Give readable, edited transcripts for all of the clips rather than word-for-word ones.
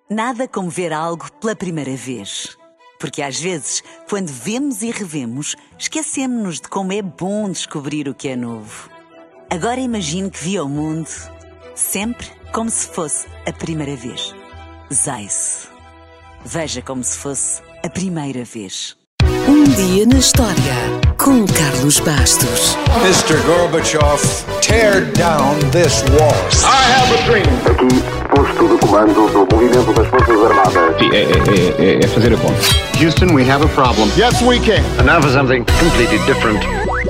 Nada como ver algo pela primeira vez. Porque às vezes, quando vemos e revemos, esquecemos-nos de como é bom descobrir o que é novo. Agora imagine que viu o mundo sempre como se fosse a primeira vez. Zais. Veja como se fosse a primeira vez. Um dia na história, com Carlos Bastos. Mr. Gorbachev, tear down this wall. I have a dream. Aqui, posto de comando do movimento das Forças Armadas. É fazer a conta. Houston, we have a problem. Yes, we can. And now for something completely different.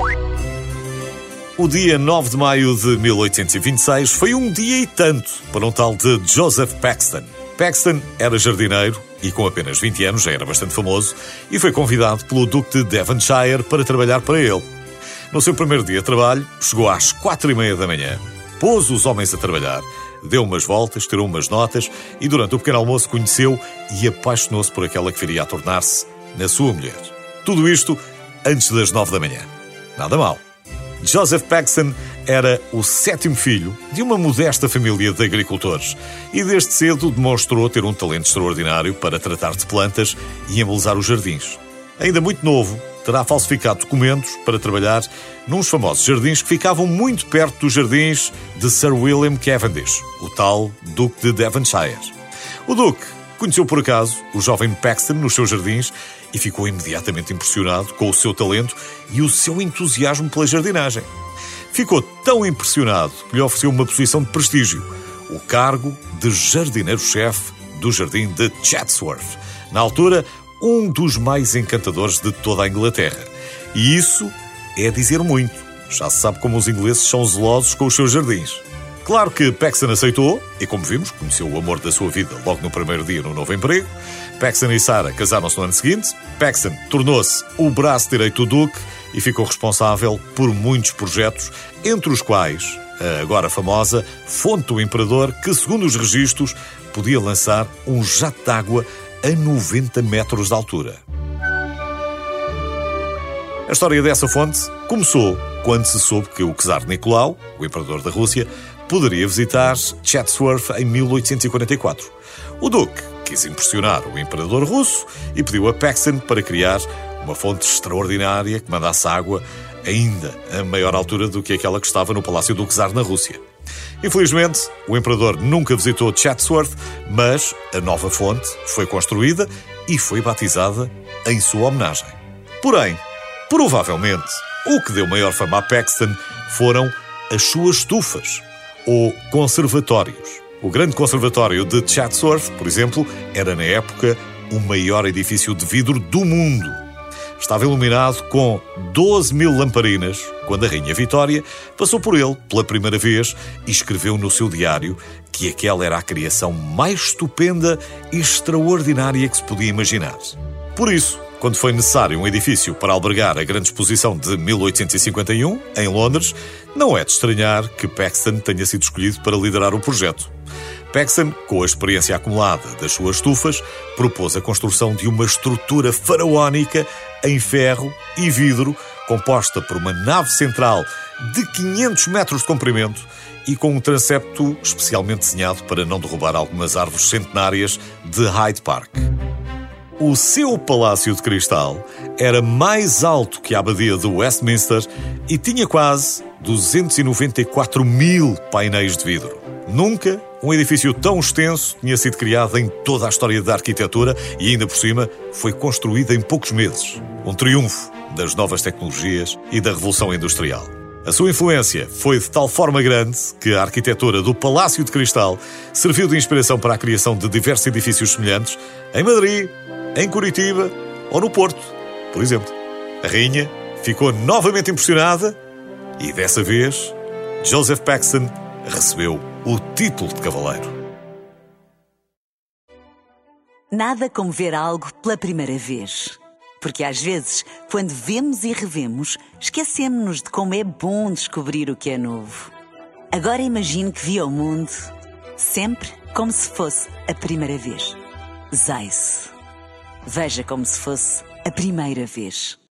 O dia 9 de maio de 1826 foi um dia e tanto para um tal de Joseph Paxton. Paxton era jardineiro e com apenas 20 anos já era bastante famoso e foi convidado pelo Duque de Devonshire para trabalhar para ele. No seu primeiro dia de trabalho, chegou às 4h30 da manhã, pôs os homens a trabalhar, deu umas voltas, tirou umas notas e durante o pequeno almoço conheceu e apaixonou-se por aquela que viria a tornar-se na sua mulher. Tudo isto antes das 9 da manhã. Nada mal. Joseph Paxton era o 7º filho de uma modesta família de agricultores e desde cedo demonstrou ter um talento extraordinário para tratar de plantas e embelezar os jardins. Ainda muito novo, terá falsificado documentos para trabalhar nos famosos jardins que ficavam muito perto dos jardins de Sir William Cavendish, o tal Duque de Devonshire. O Duque conheceu por acaso o jovem Paxton nos seus jardins e ficou imediatamente impressionado com o seu talento e o seu entusiasmo pela jardinagem. Ficou tão impressionado que lhe ofereceu uma posição de prestígio, o cargo de jardineiro-chefe do jardim de Chatsworth, na altura um dos mais encantadores de toda a Inglaterra. E isso é dizer muito. Já se sabe como os ingleses são zelosos com os seus jardins. Claro que Paxton aceitou e, como vimos, conheceu o amor da sua vida logo no primeiro dia no novo emprego. Paxton e Sarah casaram-se no ano seguinte. Paxton tornou-se o braço direito do Duque e ficou responsável por muitos projetos, entre os quais a agora famosa Fonte do Imperador, que, segundo os registros, podia lançar um jato de água a 90 metros de altura. A história dessa fonte começou quando se soube que o czar Nicolau, o imperador da Rússia, poderia visitar Chatsworth em 1844. O Duque quis impressionar o imperador russo e pediu a Paxton para criar uma fonte extraordinária que mandasse água ainda a maior altura do que aquela que estava no Palácio do Czar na Rússia. Infelizmente, o imperador nunca visitou Chatsworth, mas a nova fonte foi construída e foi batizada em sua homenagem. Porém, provavelmente, o que deu maior fama a Paxton foram as suas estufas, ou conservatórios. O grande conservatório de Chatsworth, por exemplo, era na época o maior edifício de vidro do mundo. Estava iluminado com 12.000 lamparinas, quando a Rainha Vitória passou por ele pela primeira vez e escreveu no seu diário que aquela era a criação mais estupenda e extraordinária que se podia imaginar. Por isso, quando foi necessário um edifício para albergar a grande exposição de 1851, em Londres, não é de estranhar que Paxton tenha sido escolhido para liderar o projeto. Paxton, com a experiência acumulada das suas estufas, propôs a construção de uma estrutura faraónica em ferro e vidro, composta por uma nave central de 500 metros de comprimento e com um transepto especialmente desenhado para não derrubar algumas árvores centenárias de Hyde Park. O seu Palácio de Cristal era mais alto que a Abadia de Westminster e tinha quase 294.000 painéis de vidro. Nunca um edifício tão extenso tinha sido criado em toda a história da arquitetura e, ainda por cima, foi construído em poucos meses. Um triunfo das novas tecnologias e da Revolução Industrial. A sua influência foi de tal forma grande que a arquitetura do Palácio de Cristal serviu de inspiração para a criação de diversos edifícios semelhantes em Madrid, em Curitiba ou no Porto, por exemplo. A rainha ficou novamente impressionada e, dessa vez, Joseph Paxton recebeu o título de cavaleiro. Nada como ver algo pela primeira vez. Porque às vezes, quando vemos e revemos, esquecemos-nos de como é bom descobrir o que é novo. Agora imagine que viu o mundo sempre como se fosse a primeira vez. Zais. Veja como se fosse a primeira vez.